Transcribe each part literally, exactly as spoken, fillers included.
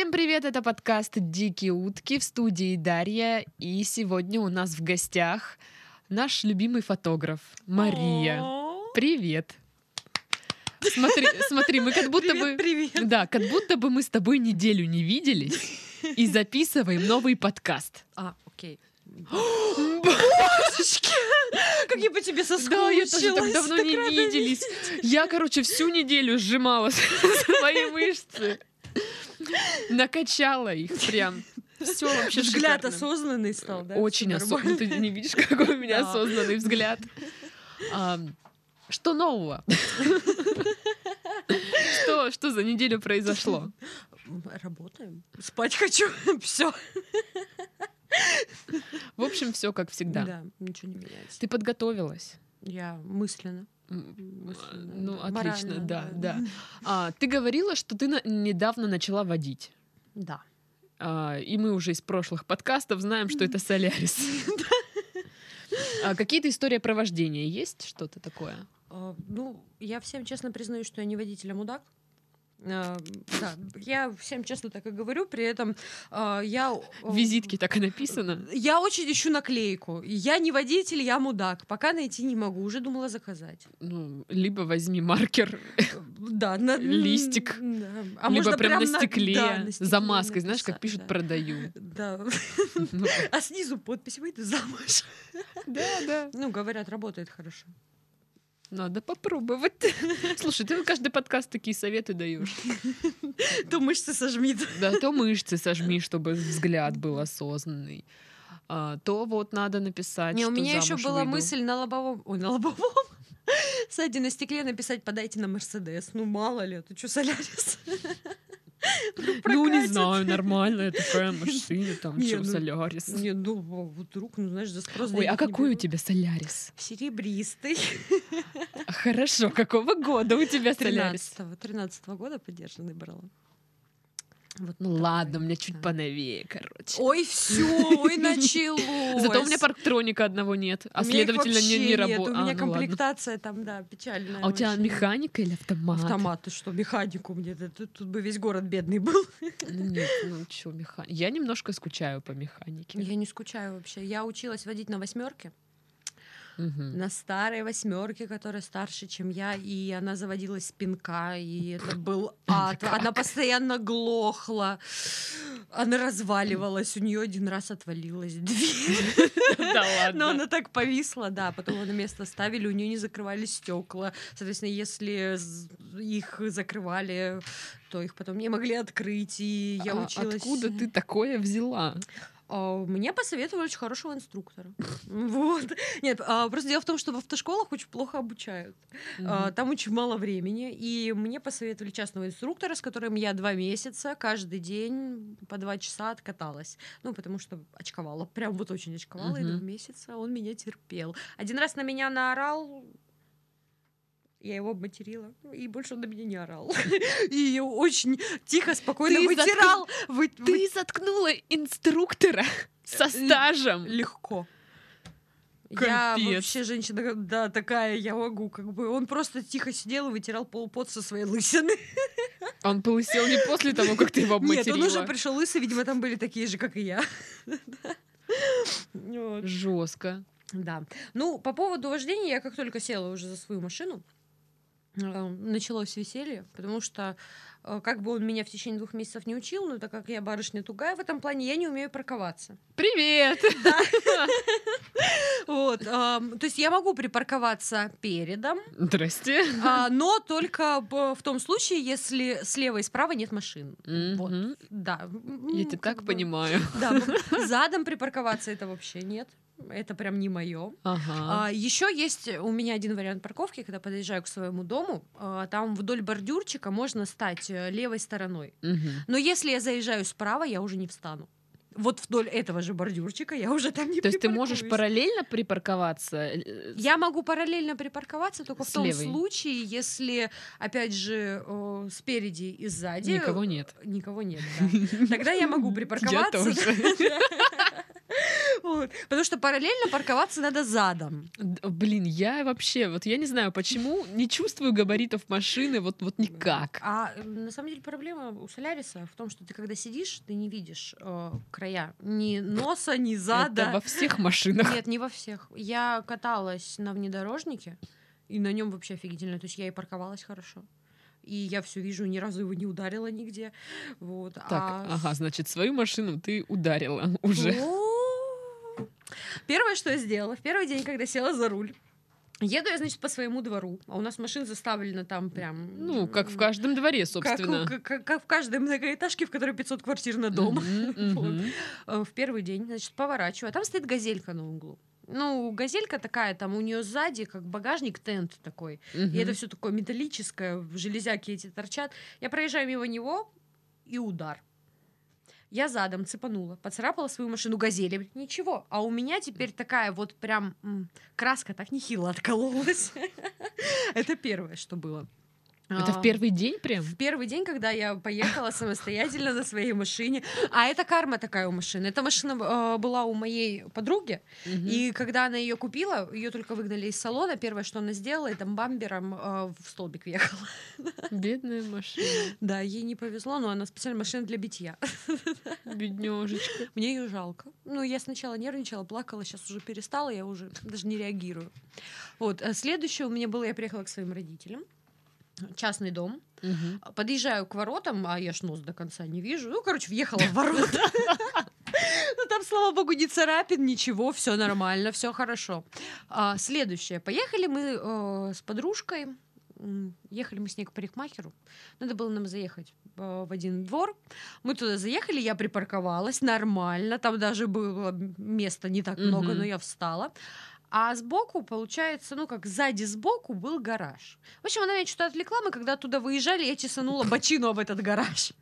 Всем привет, это подкаст «Дикие утки», в студии Дарья, и сегодня у нас в гостях наш любимый фотограф Мария. Привет! Смотри, смотри, мы как будто привет, бы... Привет, Да, как будто бы мы с тобой неделю не виделись и записываем новый подкаст. А, окей. Божечки! Как я по тебе соскучилась. Да, я тоже так давно так не рада виделись. видеть. Я, короче, всю неделю сжимала свои мышцы. Накачала их прям. Все вообще Взгляд шикарно. осознанный стал, да? Очень Всё осознанный. Ты не видишь, какой у меня Да. осознанный взгляд. А, Что нового? Что, что за неделю произошло? нормально. Работаем. Спать хочу. Все. В общем, все как всегда. Да, ничего не меняется. Ты подготовилась? Я мысленно. М, мысленно, Ну, да. отлично, Морально, да, да. А, ты говорила, что ты на- недавно начала водить. Да. А, и мы уже из прошлых подкастов знаем, что это Солярис. А какие-то истории про вождение есть? Что-то такое? А, Ну, я всем честно признаю, что я не водитель, а мудак. А, Да, я всем честно так и говорю, при этом а, я... В визитке так и написано. Я очень ищу наклейку. Я не водитель, я мудак. Пока найти не могу. Уже думала заказать. Ну, либо возьми маркер, Да, на... Листик. Да. А либо можно прям на на- стекле, да, на стекле за маской, знаешь, как написать, пишут да. «продаю». Да. Ну, А снизу подпись «Выйду замуж». Да, да. Ну, говорят, работает хорошо. Надо попробовать. Слушай, ты каждый подкаст такие советы даешь. То мышцы сожмит. Да, то мышцы сожми, чтобы взгляд был осознанный. А, то вот надо написать, Не, у что меня еще замуж была выйду. мысль на лобовом... Ой, на лобовом. Сзади на стекле написать «Подайте на Мерседес». Ну, мало ли, ты что, Солярис? Ну, не прокатит. знаю, нормальная такая машина, там, Не, что, ну, Солярис. Не, ну, вот вдруг, ну, знаешь, за спрос Ой, денег а не какой у берут. тебя Солярис? Серебристый. Хорошо, какого года у тебя Солярис? тринадцатого тринадцатого года подержанный брала. Вот Ну такой, ладно, у меня чуть да. поновее, короче. Ой, все, ой, началось. Зато у меня парктроника одного нет, а У меня их следовательно не, вообще не нет, работает. У меня комплектация там, да, печальная. А у тебя очень. механика или автомат? Автомат, ты что, механику мне? Тут, тут бы весь город бедный был. Ну нет, ну чё, меха... Я немножко скучаю по механике. Я не скучаю вообще. Я училась водить на восьмерке. Мгм. На старой восьмерке, которая старше, чем я, и она заводилась с пинка, и это был ад. Она постоянно глохла, она разваливалась, у нее один раз отвалилась дверь. Да ладно. Но она так повисла, да, потом ее на место ставили, у нее не закрывались стекла. Соответственно, если з- их закрывали, то их потом не могли открыть, и я А училась... Откуда ты такое взяла? А, Мне посоветовали очень хорошего инструктора. Вот. Нет, а, просто дело в том, что в автошколах очень плохо обучают. А, Мгм. Там очень мало времени. И мне посоветовали частного инструктора, с которым я два месяца каждый день по два часа откаталась. Ну, потому что очковала. Прям вот очень очковала. И Мгм. два месяца он меня терпел. Один раз на меня наорал. Я его обматерила, и больше он на меня не орал. И очень тихо, спокойно Ты вытирал. вы- вы- Ты заткнула инструктора со стажем. Легко. Я Капец. вообще женщина, да, такая, я могу, как бы. Он просто тихо сидел и вытирал полпот со своей лысины. Он полысел не после того, как ты его Нет, обматерила. он уже пришел лысый, видимо, там были такие же, как и я. Вот. Жестко. Да. Ну, по поводу вождения, я как только села уже за свою машину, э, началось веселье, потому что э, как бы он меня в течение двух месяцев не учил, но так как я барышня тугая в этом плане, я не умею парковаться. Привет! Вот, ам, то есть я могу припарковаться передом, Здрасте. а, но только б- в том случае, если слева и справа нет машин. Вот, Мгм. да. Я М, тебя как так бы, понимаю. Да, м, задом припарковаться это вообще нет. Это прям не мое. Ага. Еще есть у меня один вариант парковки, когда подъезжаю к своему дому. а, Там вдоль бордюрчика можно стать э, левой стороной. Мгм. Но если я заезжаю справа, я уже не встану. Вот вдоль этого же бордюрчика я уже там не То есть ты можешь припаркуюсь. параллельно припарковаться? э, Я могу параллельно припарковаться только в С том левой. случае, если, опять же, э, спереди и сзади Никого нет. никого нет. Да. Тогда я могу припарковаться. Я тоже. Вот. Вот. Потому что параллельно парковаться надо задом. Д- Блин, я вообще, вот я не знаю, почему не чувствую габаритов машины, вот, вот никак. А э, на самом деле проблема у Соляриса в том, что ты когда сидишь, ты не видишь э, края ни носа, ни зада. Это во всех машинах. Нет, не во всех. Я каталась на внедорожнике, и на нем вообще офигительно. То есть я и парковалась хорошо. И я все вижу, ни разу его не ударила нигде. Вот. Так, А ага, значит, свою машину ты ударила уже. О! Первое, что я сделала, в первый день, когда села за руль, еду я, значит, по своему двору, а у нас машин заставлено там прям... Ну, как в каждом дворе, как, собственно. у- как- как- как в каждой многоэтажке, в которой пятьсот квартир на дом. Мгм, Вот. мгм. Э, В первый день, значит, поворачиваю, а там стоит газелька на углу. Ну, газелька такая, там у нее сзади, как багажник, тент такой. И Мгм. это все такое металлическое, железяки эти торчат. Я проезжаю мимо него, и удар. Я задом цепанула, поцарапала свою машину газели. Ничего. А у меня теперь такая вот прям м, краска так нехило откололась. Это первое, что было. Это А, в первый день прям? в первый день, когда я поехала самостоятельно на своей машине. А это карма такая у машины. Эта машина э, была у моей подруги. Мгм. И когда она ее купила, ее только выгнали из салона. Первое, что она сделала, это бампером э, в столбик въехала. Бедная машина. Да, ей не повезло, но она специально машина для битья. Бедняжечка. Мне ее жалко. Ну, я сначала нервничала, плакала, сейчас уже перестала, я уже даже не реагирую. Вот. а Следующее у меня было, я приехала к своим родителям. Частный дом. Мгм. Подъезжаю к воротам, а я ж нос до конца не вижу. Ну, короче, въехала в ворота. Ну, там, слава богу, не царапин, ничего, все нормально, все хорошо. А, Следующее. Поехали мы э, с подружкой. м, Ехали мы с ней к парикмахеру. Надо было нам заехать э, в один двор. Мы туда заехали, я припарковалась нормально. Там даже было места не так много, Мгм. но я встала. А сбоку, получается, ну как сзади сбоку был гараж. В общем, она меня что-то отвлекла, мы когда оттуда выезжали, я чесанула бочину об этот гараж.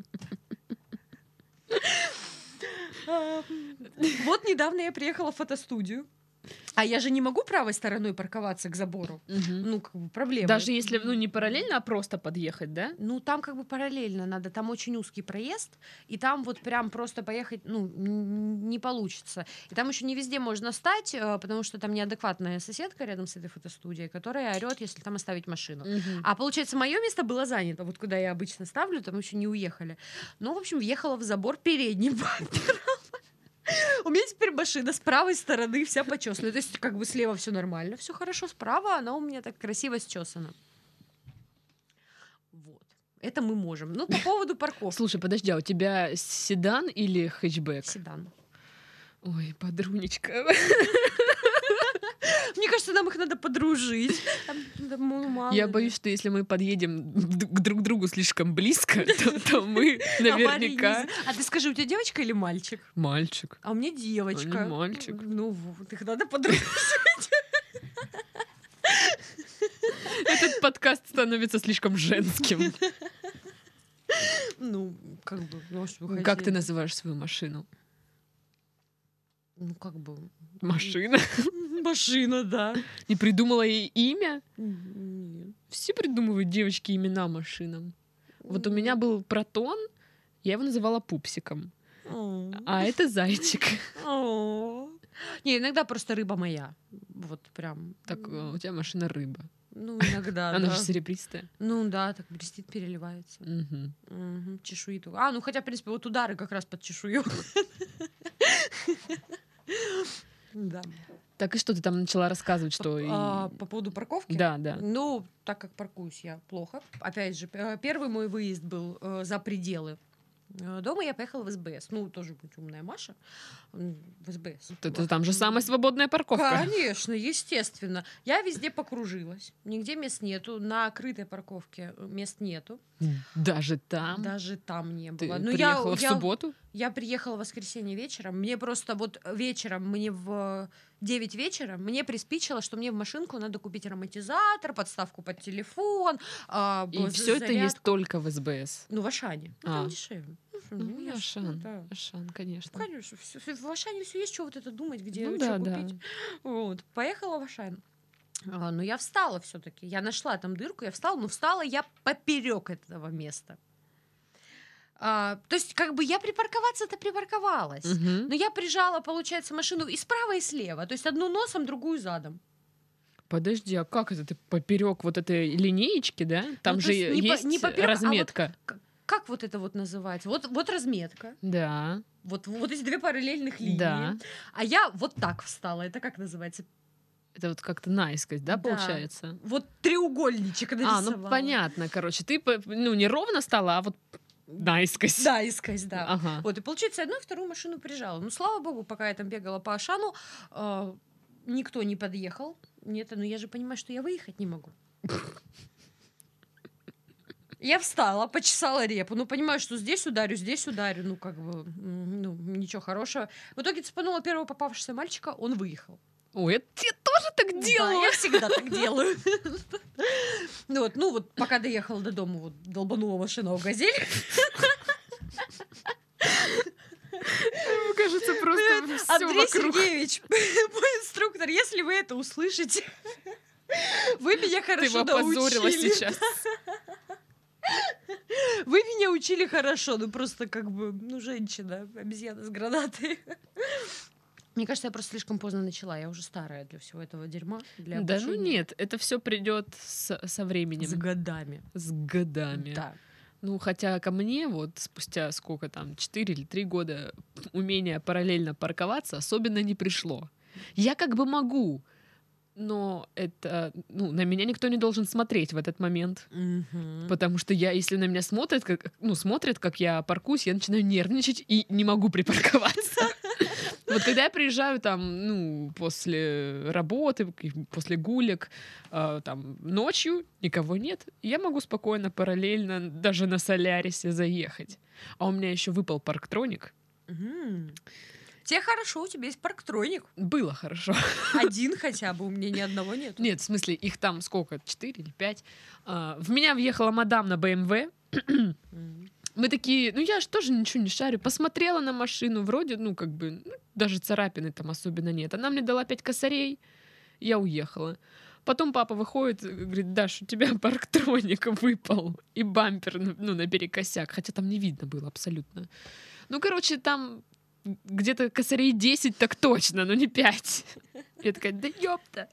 А, Вот недавно я приехала в фотостудию. А я же не могу правой стороной парковаться к забору. Мгм. Ну, как бы проблема. Даже если, ну, не параллельно, а просто подъехать, да? Ну, там как бы параллельно надо, там очень узкий проезд, и там вот прям просто поехать, ну, н- не получится. И там еще не везде можно стать, э, потому что там неадекватная соседка рядом с этой фотостудией, которая орет, если там оставить машину. Мгм. А получается, мое место было занято, вот куда я обычно ставлю, там еще не уехали. Ну, в общем, въехала в забор передним бампером. У меня теперь машина с правой стороны вся почесана. То есть, как бы слева все нормально, все хорошо, справа она у меня так красиво счесана. Вот. Это мы можем. Ну, по поводу парковки. Слушай, подожди, а у тебя седан или хэтчбэк? Седан. Ой, подрунечка. Мне кажется, нам их надо подружить. Там, да, ну, мало Я ли. боюсь, что если мы подъедем д- к друг другу слишком близко, то, то мы Аварии наверняка... не- А ты скажи, у тебя девочка или мальчик? Мальчик. А у меня девочка. А не мальчик. Ну вот, их надо подружить. Этот подкаст становится слишком женским. Ну, как бы, ну, а что вы Как ты хотели? называешь свою машину? Ну, как бы... Машина? Машина, да. Не придумала ей имя? Нет. Все придумывают девочки имена машинам. Вот у меня был Протон, я его называла Пупсиком. О. А это Зайчик. О. Не, иногда просто рыба моя. Вот прям. Так, э, у тебя машина рыба. Ну, иногда, Она да. же серебристая. Ну да, так блестит, переливается. Мгм. Мгм, чешуи только. А, ну хотя, в принципе, вот удары как раз под чешую. Да. Так и что ты там начала рассказывать, что... и- А, По поводу парковки? Да, да. Ну, так как паркуюсь я плохо. Опять же, п- первый мой выезд был э, за пределы э, дома. Я поехала в СБС. Ну, тоже будь умная Маша. М, В СБС. Это, это там же самая свободная парковка. Конечно, естественно. Я везде покружилась. Нигде мест нету. На крытой парковке мест нету. Даже там. Даже там не Ты было. Ну, я, приехала в я, субботу? я приехала в воскресенье вечером. Мне просто вот вечером, мне в девять вечера, мне приспичило, что мне в машинку надо купить ароматизатор, подставку под телефон. а, И б- все это есть зарядку. только в СБС. Ну, в Ашане. Ну, А. там дешевле. Ну, что, Ну, ну, я ж- Ашан, ну, да. Ашан, конечно. Ну, конечно, всё- всё- в Ашане все есть, что вот это думать, где Ну что да, да. купить. Вот. Поехала в Ашан. А, но я встала все-таки. Я нашла там дырку, я встала, но встала я поперек этого места. А, то есть, как бы я припарковаться-то припарковалась. Мгм. Но я прижала, получается, машину и справа, и слева. То есть одну носом, другую задом. Подожди, а как это ты поперек вот этой линеечки, да? Там Ну, же то есть не по- есть не поперёк, а вот разметка. К- Как вот это вот называется? Вот, вот разметка. Да, Вот, вот эти две параллельных линии. да. А я вот так встала. Это как называется? Это вот как-то наискось, да, Да. получается? Вот треугольничек А, нарисовала. ну понятно, короче, ты по- ну не ровно стала, а вот наискось. Да, искать, да. Ага. Вот, и получается, одну и вторую машину прижала. Ну, слава богу, пока я там бегала по Ашану, э, никто не подъехал. Нет, ну я же понимаю, что я выехать не могу. Я встала, почесала репу, ну, понимаю, что здесь ударю, здесь ударю, ну, как бы, м, ну, ничего хорошего. В итоге цепанула первого попавшегося мальчика, он выехал. Ой, я те- тоже так Да, делаю. я всегда так делаю. Ну вот, ну вот, пока доехала до дома, вот, долбанула машину в «Газель». Кажется, просто все Андрей вокруг. Сергеевич, мой инструктор, если вы это услышите, вы меня Ты хорошо его опозорила научили. сейчас. Вы меня учили хорошо, ну просто как бы, ну, женщина, обезьяна с гранатой. Мне кажется, я просто слишком поздно начала. Я уже старая для всего этого дерьма. Для Да, ну обучения. нет, это все придет со С временем, годами. с годами. Да. Ну, хотя ко мне вот спустя сколько там, четыре или три года умение параллельно парковаться особенно не пришло. Я как бы могу, но это, ну, на меня никто не должен смотреть в этот момент. Мгм. Потому что я, если на меня смотрят, как, ну, смотрят, как я паркуюсь, я начинаю нервничать и не могу припарковаться. Вот когда я приезжаю там, ну, после работы, к- после гулек, э, там, ночью, никого нет, я могу спокойно, параллельно, даже на Солярисе заехать. А у меня еще выпал парктроник. Мгм. Тебе хорошо, у тебя есть парктроник. Было хорошо. Один хотя бы, у меня ни одного нет. Нет, в смысле, их там сколько, четыре или пять. А, в меня въехала мадам на бэ эм вэ. М. Мы такие, ну я же тоже ничего не шарю. Посмотрела на машину, вроде, ну как бы, ну, даже царапины там особенно нет. Она мне дала пять косарей, я уехала. Потом папа выходит, говорит, Даш, у тебя парктроник выпал. И бампер, ну, наперекосяк. Хотя там не видно было абсолютно. Ну, короче, там где-то косарей десять так точно, но не пять. Я такая, да ёпта.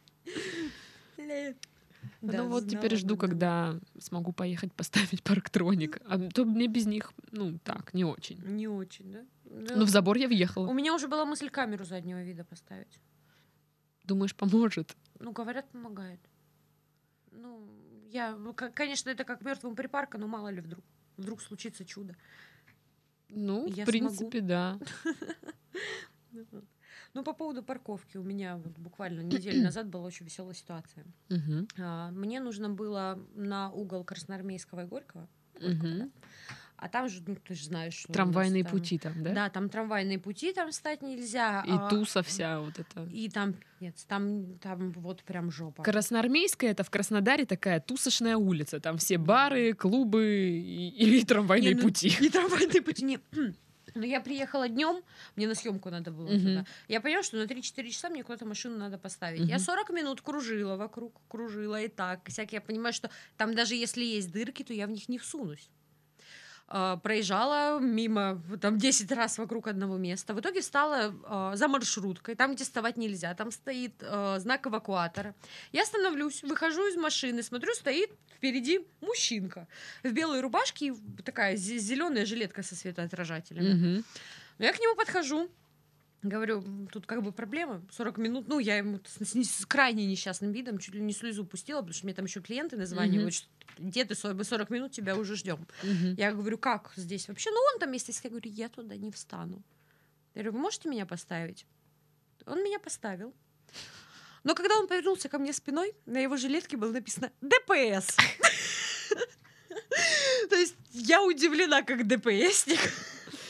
Да, Ну вот знала теперь бы, жду, да. когда смогу поехать поставить парктроник. А то мне без них, ну, так, не очень. Не очень, да? Да. Но в забор я У въехала. меня уже была мысль камеру заднего вида поставить. Думаешь, поможет? Ну, говорят, помогает. Ну, я, ну, к- конечно, это как мертвым припарка, но мало ли вдруг. Вдруг случится чудо. Ну, Я в принципе, да. Ну, по поводу парковки. У меня вот буквально неделю назад была очень веселая ситуация. Мгм, А, Мне нужно было на угол Красноармейского и Горького. Горького, мгм. да? А там же, ну, ты же знаешь, что у нас Трамвайные там- пути там, да? Да, там трамвайные пути там встать нельзя. И а- туса вся вот эта. И там, нет, там, там вот прям жопа. Красноармейская — это в Краснодаре такая тусошная улица. Там все бары, клубы и, и трамвайные Не, ну, пути. И трамвайные пути. Не. Но я приехала днем, мне на съемку надо было Мгм. туда. Я поняла, что на три-четыре часа мне куда-то машину надо поставить. Я Мгм. сорок минут кружила вокруг, кружила и так. Всякие, я понимаю, что там даже если есть дырки, то я в них не всунусь. А, проезжала мимо там десять раз вокруг одного места. В итоге встала а, за маршруткой, там, где вставать нельзя. Там стоит а, знак эвакуатора. Я становлюсь, выхожу из машины, смотрю, стоит впереди мужчинка в белой рубашке, и такая зеленая жилетка со светоотражателями. Мгм. Но я к нему подхожу, говорю, тут как бы проблема, сорок минут, ну, я ему с, с- с крайне несчастным видом чуть ли не слезу пустила, потому что мне там еще клиенты названивают, что где ты, сорок сорок минут, тебя уже ждем. Мгм. Я говорю, как здесь вообще? Ну, он там есть. Я говорю, я туда не встану. Я говорю, вы можете меня поставить? Он меня поставил. Но когда он повернулся ко мне спиной, на его жилетке было написано «Дэ Пэ Эс». То есть я удивлена, как дэ пэ эсник.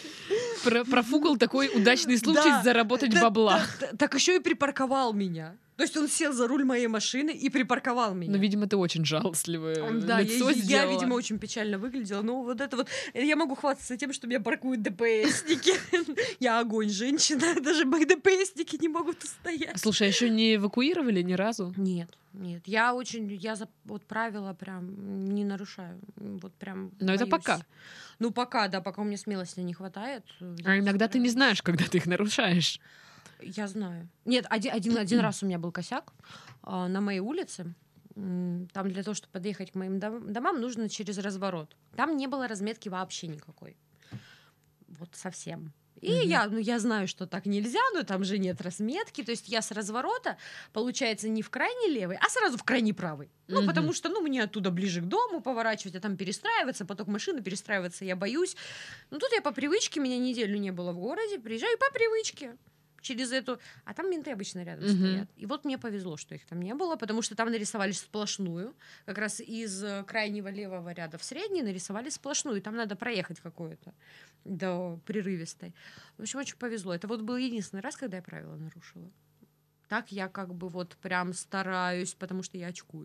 Про- профукал такой удачный случай Да, заработать да, бабла. да, да, так еще и припарковал меня. То есть он сел за руль моей машины и припарковал меня. Ну, видимо, ты очень жалостливое Да, лицо я, сделала. я, видимо, очень печально выглядела. Ну, вот это вот... Я могу хвастаться тем, что меня паркуют ДПСники. Я огонь, женщина. Даже мои ДПСники не могут устоять. Слушай, а еще не эвакуировали ни разу? Нет, нет. Я очень... Я за вот правила прям не нарушаю. Вот прям Но это боюсь. пока. Ну, пока, да, пока у меня смелости не хватает. А иногда ты не знаешь, когда ты их нарушаешь. Я знаю. Нет, один, один, один раз у меня был косяк а, на моей улице. М, Там для того, чтобы подъехать к моим дом- домам, нужно через разворот. Там не было разметки вообще никакой. Вот совсем. И Мгм. я, ну, я знаю, что так нельзя, но там же нет разметки. То есть я с разворота, получается, не в крайне левый, а сразу в крайне правый. Ну, Мгм. потому что, ну, мне оттуда ближе к дому поворачивать, а там перестраиваться, поток машины, перестраиваться я боюсь. Ну, тут я по привычке, меня неделю не было в городе, приезжаю по привычке через эту... А там менты обычно рядом Мгм. стоят. И вот мне повезло, что их там не было, потому что там нарисовали сплошную. Как раз из э, крайнего левого ряда в средний нарисовали сплошную. И там надо проехать какое-то до прерывистой. В общем, очень повезло. Это вот был единственный раз, когда я правила нарушила. Так я как бы вот прям стараюсь, потому что я очкую.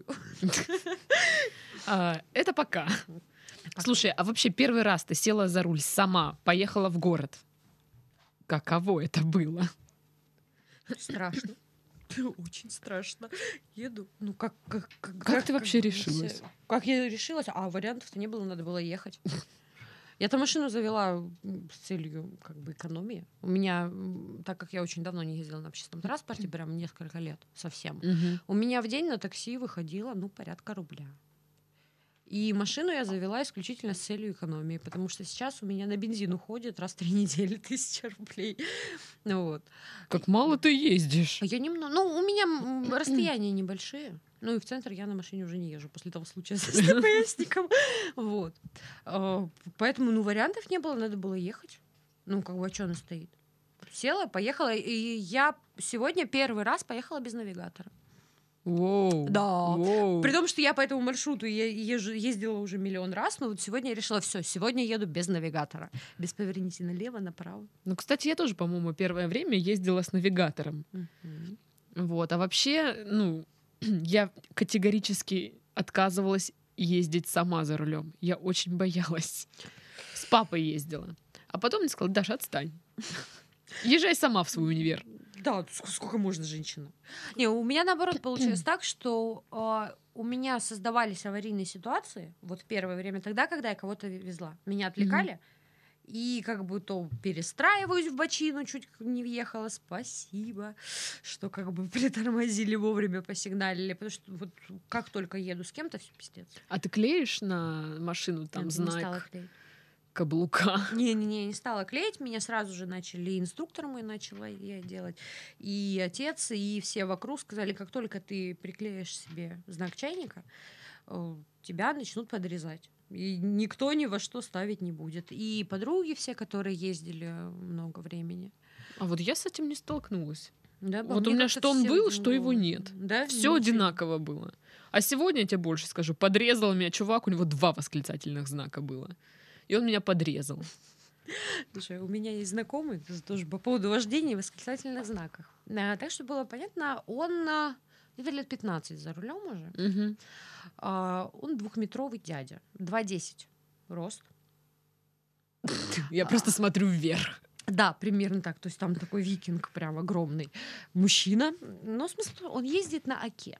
А, это пока. Слушай, а вообще первый раз ты села за руль сама, поехала в город. Каково это было? Страшно. Очень страшно. Еду. Ну, как... Как, как, Как ты вообще бы решилась? все- Как я решилась? А вариантов-то не было, надо было ехать. Я-то машину завела м, с целью как бы экономии. У меня, м, так как я очень давно не ездила на общественном транспорте, прям несколько лет совсем, Мгм. у меня в день на такси выходило, ну, порядка рубля. И машину я завела исключительно с целью экономии, потому что сейчас у меня на бензин уходит раз в три недели тысяча рублей. Ну вот. Как мало ты ездишь. А я немного... Ну, у меня м, расстояния небольшие. Ну и в центр я на машине уже не езжу после того случая с ДПСником. Вот. А, Поэтому, ну, вариантов не было, надо было ехать. Ну, как бы, а что она стоит? Села, поехала, и я сегодня первый раз поехала без навигатора. Воу. Да. Воу. При том, что я по этому маршруту е- езжу- ездила уже миллион раз, но вот сегодня я решила, все, сегодня еду без навигатора. Без поверните налево, направо. Ну, кстати, я тоже, по-моему, первое время ездила с навигатором. Мгм. Вот. А вообще, ну, я категорически отказывалась ездить сама за рулем. Я очень боялась. С папой ездила. А потом мне сказала: Даша, отстань. Езжай сама в свой универ. Да, ск- сколько можно женщина? Не, у меня наоборот получилось так, что а, у меня создавались аварийные ситуации вот в первое время тогда, когда я кого-то ве- везла. Меня отвлекали, и как бы то перестраиваюсь в бочину, чуть не въехала. Спасибо, что как бы притормозили вовремя, посигналили, потому что вот как только еду с кем-то, все пиздец. А ты клеишь на машину там Я бы не стала знак клеить. каблука? Не-не-не, не стала клеить. Меня сразу же начали, инструктором мой начала я делать. И отец, и все вокруг сказали, как только ты приклеишь себе знак чайника, э, тебя начнут подрезать. И никто ни во что ставить не будет. И подруги все, которые ездили много времени. А вот я с этим не столкнулась. Да, по Вот у мне меня как-то что он все был, в один что его голос. нет. Да? Все Ничего. одинаково было. А сегодня, я тебе больше скажу, подрезал меня чувак, у него два восклицательных знака было. И он меня подрезал. Слушай, у меня есть знакомый, это тоже по поводу вождения и восклицательных знаков. А, так что было понятно, он а, где-то лет пятнадцать за рулем уже. Мгм. А, он двухметровый дядя, два десять рост. Я просто смотрю вверх. Да, примерно так. То есть там такой викинг прям огромный мужчина. Но смысл, он ездит на Оке.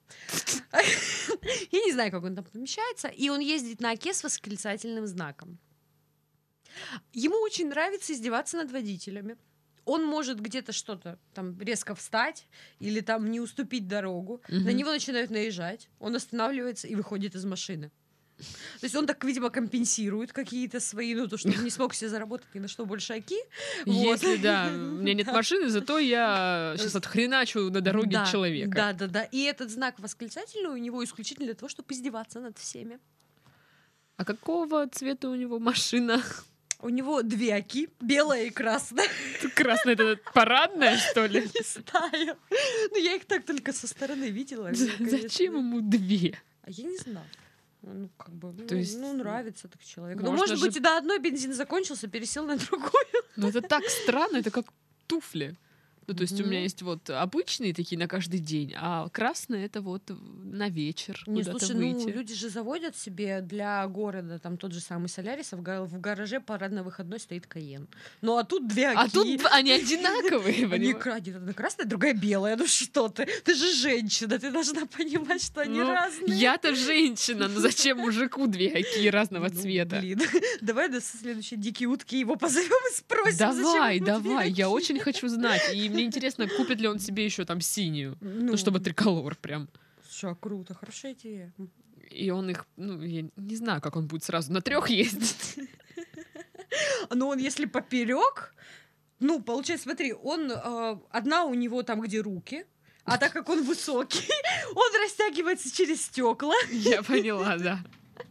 Я не знаю, как он там помещается. И он ездит на Оке с восклицательным знаком. Ему очень нравится издеваться над водителями. Он может где-то что-то там резко встать или там не уступить дорогу. Мгм. На него начинают наезжать. Он останавливается и выходит из машины. То есть он так, видимо, компенсирует какие-то свои, ну, то, что он не смог себе заработать ни на что больше оки. Вот. Если, да, у меня нет Да. машины, зато я сейчас отхреначу на дороге Да, человека. Да, да, да. И этот знак восклицательный у него исключительно для того, чтобы издеваться над всеми. А какого цвета у него машина? У него две оки, белая и красная. Красная — это парадная, что ли? Не знаю. Ну, я их так только со стороны видела. Мне, конечно, Зачем ему две? А я не знаю. Ну, как бы, То ну, есть, ну, нравится так человек. Ну, можно может же- быть, и до одной бензин закончился, пересел на другую. Ну это так странно, это как туфли. Ну, то есть у меня есть вот обычные такие на каждый день, а красные это вот на вечер Не, куда-то слушай, выйти. ну люди же заводят себе для города, там тот же самый Солярис, а в, га- в гараже парадно-выходной стоит Каен. Ну а тут две А оки. тут д- они одинаковые, Они понимаешь? кра- один- одна красная, другая белая. Ну что ты? Ты же женщина, ты должна понимать, что они Ну, разные. я-то женщина, но зачем мужику две оки разного Ну, цвета? Блин, давай до следующей дикие утки его позовем и спросим, зачем Давай, ему две давай, я оки. очень хочу знать. И мне интересно, купит ли он себе еще там синюю. Ну, Ну, чтобы триколор прям. Что, круто, хорошая идея. И он их, ну, я не знаю, как он будет сразу на трех ездить. Но он, если поперек, ну, получается, смотри, он э, одна у него там, где руки, а так как он высокий, он растягивается через стекла. Я поняла, да.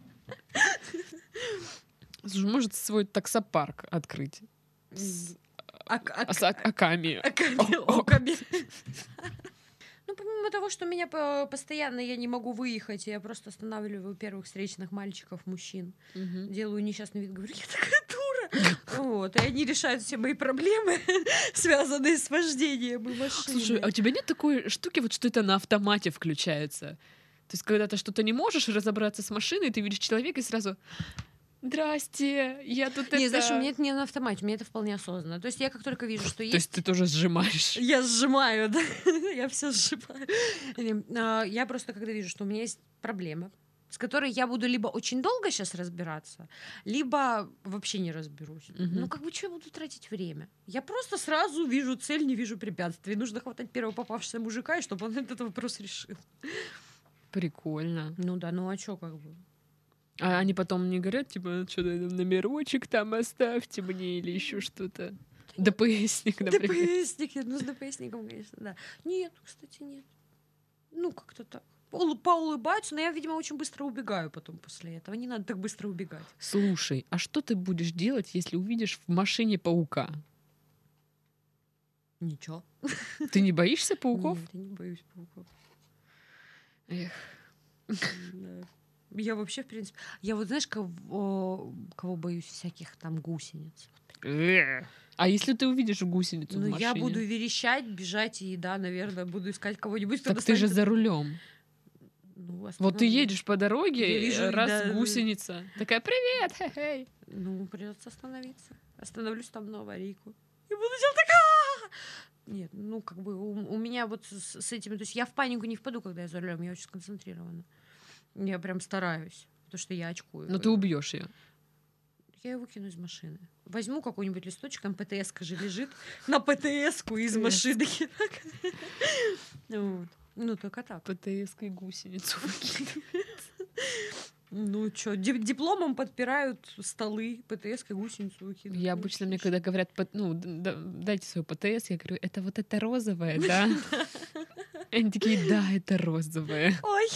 Слушай, может свой таксопарк открыть с, А, а, а с ок- оками. оками, О- о- оками. Ну, помимо того, что меня по- постоянно я не могу выехать, я просто останавливаю первых встречных мальчиков, мужчин, Мгм. делаю несчастный вид, говорю, я такая дура. Вот, и они решают все мои проблемы, связанные с вождением и машиной. Слушай, а у тебя нет такой штуки, вот что это на автомате включается? То есть, когда ты что-то не можешь разобраться с машиной, ты видишь человека и сразу «Здрасте, я тут Не, это...» знаешь, у меня это не на автомате, у меня это вполне осознанно. То есть я как только вижу, что То есть... есть ты тоже сжимаешь. Я сжимаю, да, я все сжимаю. Или, а, Я просто, когда вижу, что у меня есть проблема, с которой я буду либо очень долго сейчас разбираться, либо вообще не разберусь. Мгм. Ну, как бы, что я буду тратить время? Я просто сразу вижу цель, не вижу препятствий. Нужно хватать первого попавшегося мужика, и чтобы он этот вопрос решил. Прикольно. Ну да, ну а что, как бы? А они потом не говорят, типа, что-то номерочек там оставьте мне или еще что-то. ДПСник, например. ДПСник, ну с ДПСником, конечно, да. Нет, кстати, нет. Ну, как-то так. Улы- Поулыбаются, но я, видимо, очень быстро убегаю потом после этого. Не надо так быстро убегать. Слушай, а что ты будешь делать, если увидишь в машине паука? Ничего. Ты не боишься пауков? Нет, я не боюсь пауков. Эх. Да. Я вообще, в принципе... Я вот, знаешь, кого, кого боюсь? Всяких там гусениц. Э. А если ты увидишь гусеницу в Ну, машине? я буду верещать, бежать, и, да, наверное, буду искать кого-нибудь, кто Так ты же достанет- за рулем. Ну, Вот ты остановлюсь. едешь по дороге, Я вижу, раз да, гусеница. Такая, привет, хе-хей. Ну, придется остановиться. Остановлюсь там на аварийку. И буду делать так. «А!» Нет, ну, как бы у, у меня вот с, с этими... То есть я в панику не впаду, когда я за рулем, я очень сконцентрирована. Я прям стараюсь, потому что я очкую. Но ты убьешь ее. Я его кину из машины. Возьму какой-нибудь листочек, там ПТС-ка же лежит, на ПТС-ку из ПТС. машины. Вот. Ну, только так. ПТС-кой гусеницу выкидывает. Ну, что, дипломом подпирают столы, ПТС-кой гусеницу выкидывают. Я обычно, мне когда говорят, «П- ну, д- д- дайте свой ПТС, я говорю, это вот это розовое, да? Они такие, да, это розовое. Ой!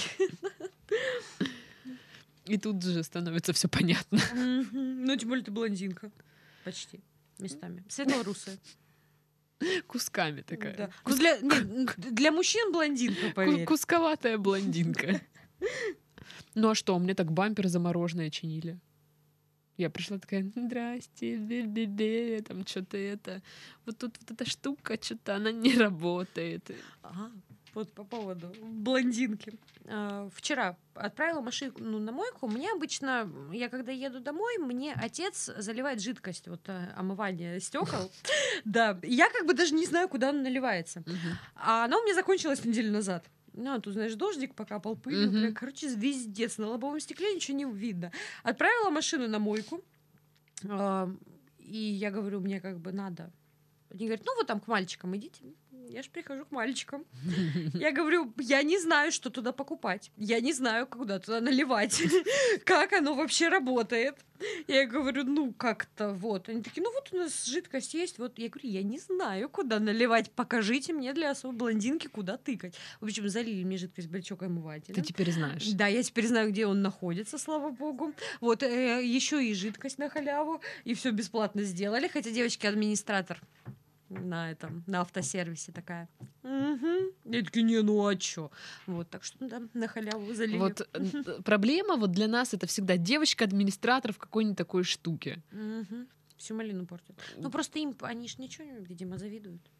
И тут же становится все понятно. Мгм. Ну, тем более ты блондинка. Почти. Местами. Светло-русая. Кусками такая. Да. Ну, для, нет, для мужчин блондинка, Ку- поверь. Кусковатая блондинка. Ну а что, мне так бампер замороженное чинили. Я пришла такая, здрасте, бе-бе-бе, там что-то это. Вот тут вот эта штука, что-то она не работает. Ага. Вот по поводу блондинки. А, Вчера отправила машину ну, на мойку. Мне обычно, я когда еду домой, мне отец заливает жидкость, вот а, омывание стекол. Да, я как бы даже не знаю, куда она наливается. Мгм. А она у меня закончилась неделю назад. Ну, а тут, знаешь, дождик покапал, пыль. Мгм. прям, Короче, вездец. На лобовом стекле ничего не видно. Отправила машину на мойку. а, И я говорю, мне как бы надо. Они говорят, ну, вот там к мальчикам идите. Я же прихожу к мальчикам. Я говорю, я не знаю, что туда покупать. Я не знаю, куда туда наливать. Как оно вообще работает. Я говорю, ну, как-то вот. Они такие, ну, вот у нас жидкость есть. Вот я говорю, я не знаю, куда наливать. Покажите мне для особой блондинки, куда тыкать. В общем, залили мне жидкость в бачок омывателя. Ты теперь знаешь. Да, я теперь знаю, где он находится, слава богу. Вот, э, еще и жидкость на халяву. И все бесплатно сделали. Хотя девочки-администратор на этом, на автосервисе такая. Угу. Я такие, не, ну а чё? Вот, так что, да, на халяву залили. Вот э, проблема вот для нас это всегда девочка-администратор в какой-нибудь такой штуке. Мгм. Всю малину портят. Ну, просто им, они ж ничего, видимо, завидуют.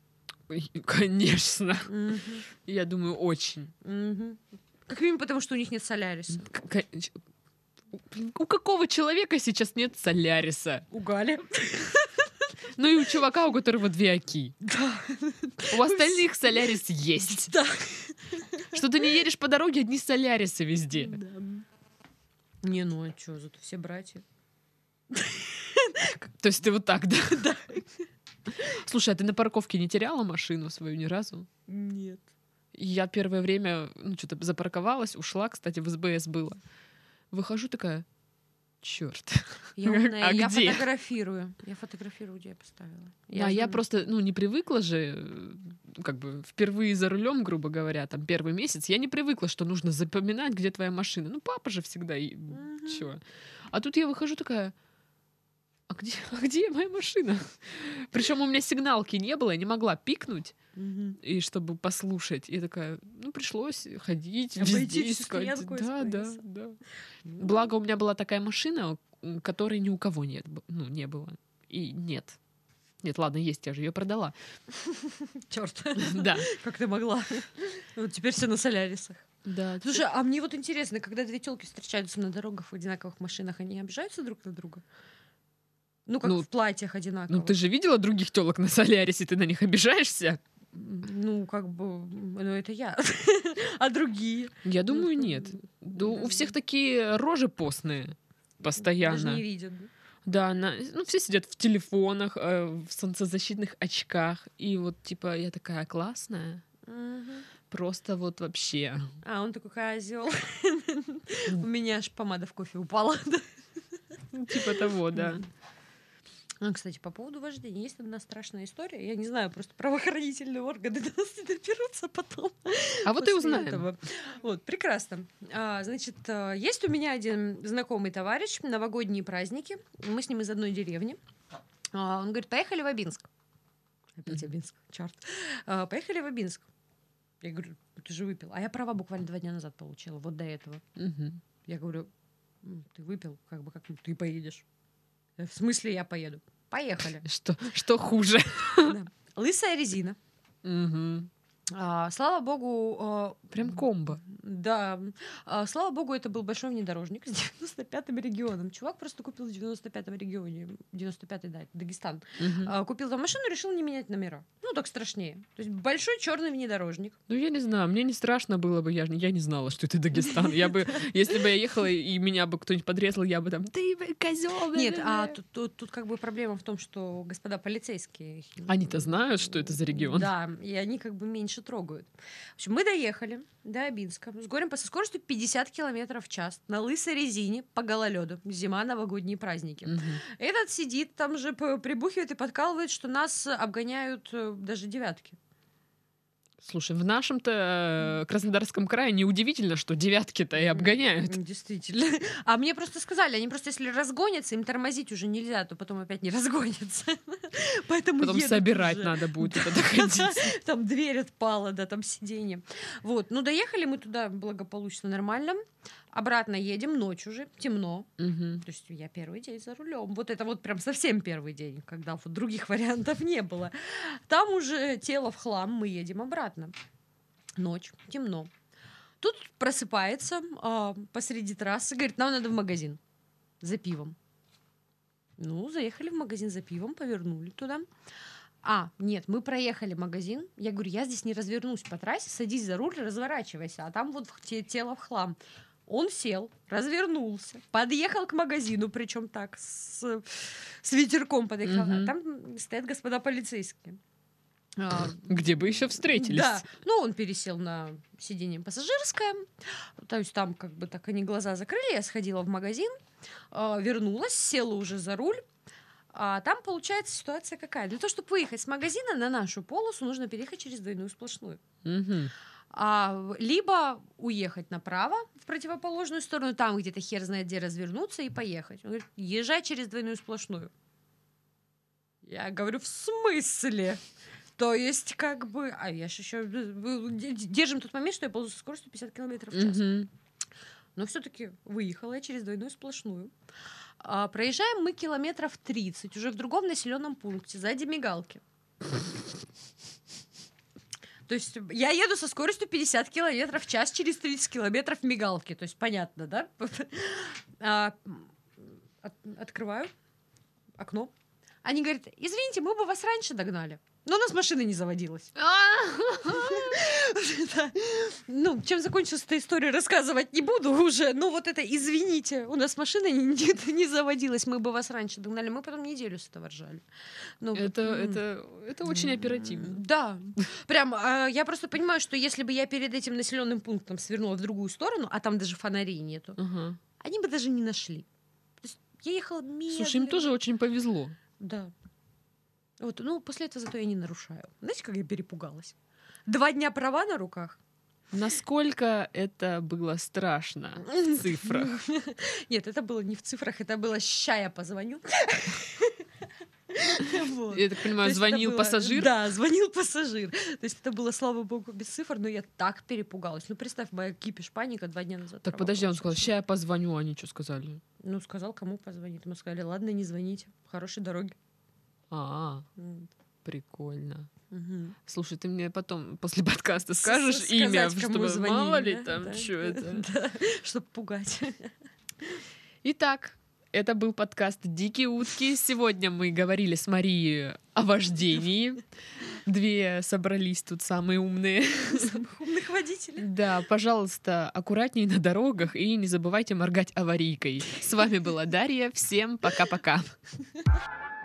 Конечно. Мгм. Я думаю, очень. Мгм. Как минимум потому, что у них нет Соляриса. К- к- Блин, у какого человека сейчас нет Соляриса? У Гали. Ну и у чувака, у которого две оки. Да. У остальных Солярис есть. Да. Что ты не едешь по дороге, одни Солярисы везде. Да. Не, ну а чё, зато все братья. То есть ты вот так, да? Да. Слушай, а ты на парковке не теряла машину свою ни разу? Нет. Я первое время, ну, что-то запарковалась, ушла, кстати, в СБС было. Выхожу такая, черт. Я умная, А я где? фотографирую. Я фотографирую, где я поставила. Да, я знаю. просто, ну, не привыкла же, э, как бы, впервые за рулем, грубо говоря, там, первый месяц, я не привыкла, что нужно запоминать, где твоя машина. Ну, папа же всегда, и Мгм. чё. А тут я выхожу такая, а где, а где моя машина? Причем у меня сигналки не было, я не могла пикнуть, Мгм. и чтобы послушать. И я такая, ну, пришлось ходить, Обойти везде всю искать. стоянку Да, да, СПС. да. Ну, Благо, у меня была такая машина, м, которой ни у кого нет, б- ну, не было. И нет. Нет, ладно, есть, я же ее продала. Чёрт. Да. Как ты могла? Вот теперь все на Солярисах. Да. Слушай, а мне вот интересно, когда две телки встречаются на дорогах в одинаковых машинах, они обижаются друг на друга? Ну, как Ну, в платьях одинаковых. Ну, ты же видела других телок на Солярисе, ты на них обижаешься? Ну, как бы, ну, это я. А другие? Я думаю, Ну, нет. Да, у да. всех такие рожи постные Даже постоянно. не видят. да? Да, на- ну, все сидят в телефонах, э, в солнцезащитных очках. И вот, типа, я такая классная. Мгм. Просто вот вообще. А он такой козел. У меня аж помада в кофе упала. Ну, Типа того, да. А, кстати, по поводу вождения есть одна страшная история. Я не знаю, просто правоохранительные органы до нас не доберутся потом. А вот и после узнаем. этого. Вот, прекрасно. А, значит, а, есть у меня один знакомый товарищ, новогодние праздники. Мы с ним из одной деревни. А, он говорит, поехали в Абинск. Опять Мгм. Абинск, черт. А, поехали в Абинск. Я говорю, «Ну, ты же выпил. А я права буквально два дня назад получила, вот до этого. Мгм. Я говорю, «М, ты выпил, как бы как ты поедешь. «Э, В смысле я поеду? Поехали. Что, что хуже? Да. Лысая резина. Мгм. А, слава богу, а, Прям комбо. да, а, слава богу, это был большой внедорожник с девяносто пятым регионом. Чувак просто купил в девяносто пятом регионе, девяносто пятый, да, это Дагестан. Мгм. А, купил там машину, решил не менять номера. Ну, так страшнее. То есть большой черный внедорожник. Ну, я не знаю, мне не страшно было бы, я, ж- я не знала, что это Дагестан. Я бы, если бы я ехала, и меня бы кто-нибудь подрезал, я бы там, ты козел. Нет, а тут, тут, тут как бы проблема в том, что господа полицейские... Они-то знают, что это за регион. Да, и они как бы меньше трогают. В общем, мы доехали до Абинска с горем по со скоростью пятьдесят километров в час на лысой резине по гололеду. Зима, новогодние праздники. Мгм. Этот сидит там же, п- прибухивает и подкалывает, что нас обгоняют э, даже девятки. Слушай, в нашем-то э, Краснодарском крае неудивительно, что девятки-то и обгоняют. М, Действительно. А мне просто сказали, они просто если разгонятся, им тормозить уже нельзя, то потом опять не разгонятся. Поэтому Потом едут собирать уже. надо будет это доходить. Там дверь отпала, да, там сиденье. Вот, ну доехали мы туда благополучно, нормально. Обратно едем, ночь уже, темно. Мгм. То есть я первый день за рулем. Вот это вот прям совсем первый день, когда вот других вариантов не было. Там уже тело в хлам, мы едем обратно. Ночь, темно. Тут просыпается а, посреди трассы, говорит, нам надо в магазин за пивом. Ну, заехали в магазин за пивом, повернули туда. А, нет, мы проехали магазин. Я говорю, я здесь не развернусь по трассе, садись за руль, разворачивайся. А там вот в- те- тело в хлам. Он сел, развернулся, подъехал к магазину, причем так, с, с ветерком подъехал. Мгм. А там стоят господа полицейские. А, Где бы еще встретились? да, ну он пересел на сиденье пассажирское, то есть там как бы так они глаза закрыли, я сходила в магазин, а, вернулась, села уже за руль, а там получается ситуация какая? Для того, чтобы выехать с магазина на нашу полосу, нужно переехать через двойную сплошную. Мгм. А, в- либо уехать направо в противоположную сторону, там где-то хер знает где развернуться и поехать. Он говорит, езжай через двойную сплошную. Я говорю, в смысле? То есть, как бы... А я же еще... Держим тот момент, что я ползу со скоростью пятьдесят километров в час. Мгм. Но все-таки выехала я через двойную сплошную. А, проезжаем мы километров тридцать, уже в другом населенном пункте, сзади мигалки. То есть я еду со скоростью пятьдесят километров в час через тридцать километров мигалки. То есть понятно, да? А, от, открываю окно. Они говорят, извините, мы бы вас раньше догнали. Но у нас машина не заводилась. Ну, чем закончилась эта история, рассказывать не буду уже. Но вот это, извините, у нас машина не заводилась, мы бы вас раньше догнали. Мы потом неделю с этого ржали. Это очень оперативно. Да. Прям, я просто понимаю, что если бы я перед этим населенным пунктом свернула в другую сторону, а там даже фонарей нету, они бы даже не нашли. Я ехала медленно. Слушай, им тоже очень повезло. Да. Вот, ну, после этого зато я не нарушаю. Знаете, как я перепугалась? Два дня права на руках. Насколько это было страшно в цифрах? Нет, это было не в цифрах, это было «ща я позвоню». Вот. Я так понимаю, звонил было... пассажир? Да, звонил пассажир. То есть это было, слава богу, без цифр, но я так перепугалась. Ну, представь, моя кипиш, паника два дня назад. Так подожди, он сказал, ща я позвоню, а они что сказали? Ну, сказал, кому позвонить. Мы сказали, ладно, не звоните, хорошей дороги. А, mm. прикольно. Угу. Слушай, ты мне потом после подкаста скажешь С- имя, сказать, чтобы звонили, мало ли да? там, да? что это. Да, чтобы пугать. Итак, это был подкаст «Дикие утки». Сегодня мы говорили с Марией о вождении. Две собрались тут самые умные. Самых умных водителей. Да, пожалуйста, аккуратнее на дорогах и не забывайте моргать аварийкой. С вами была Дарья. Всем пока-пока.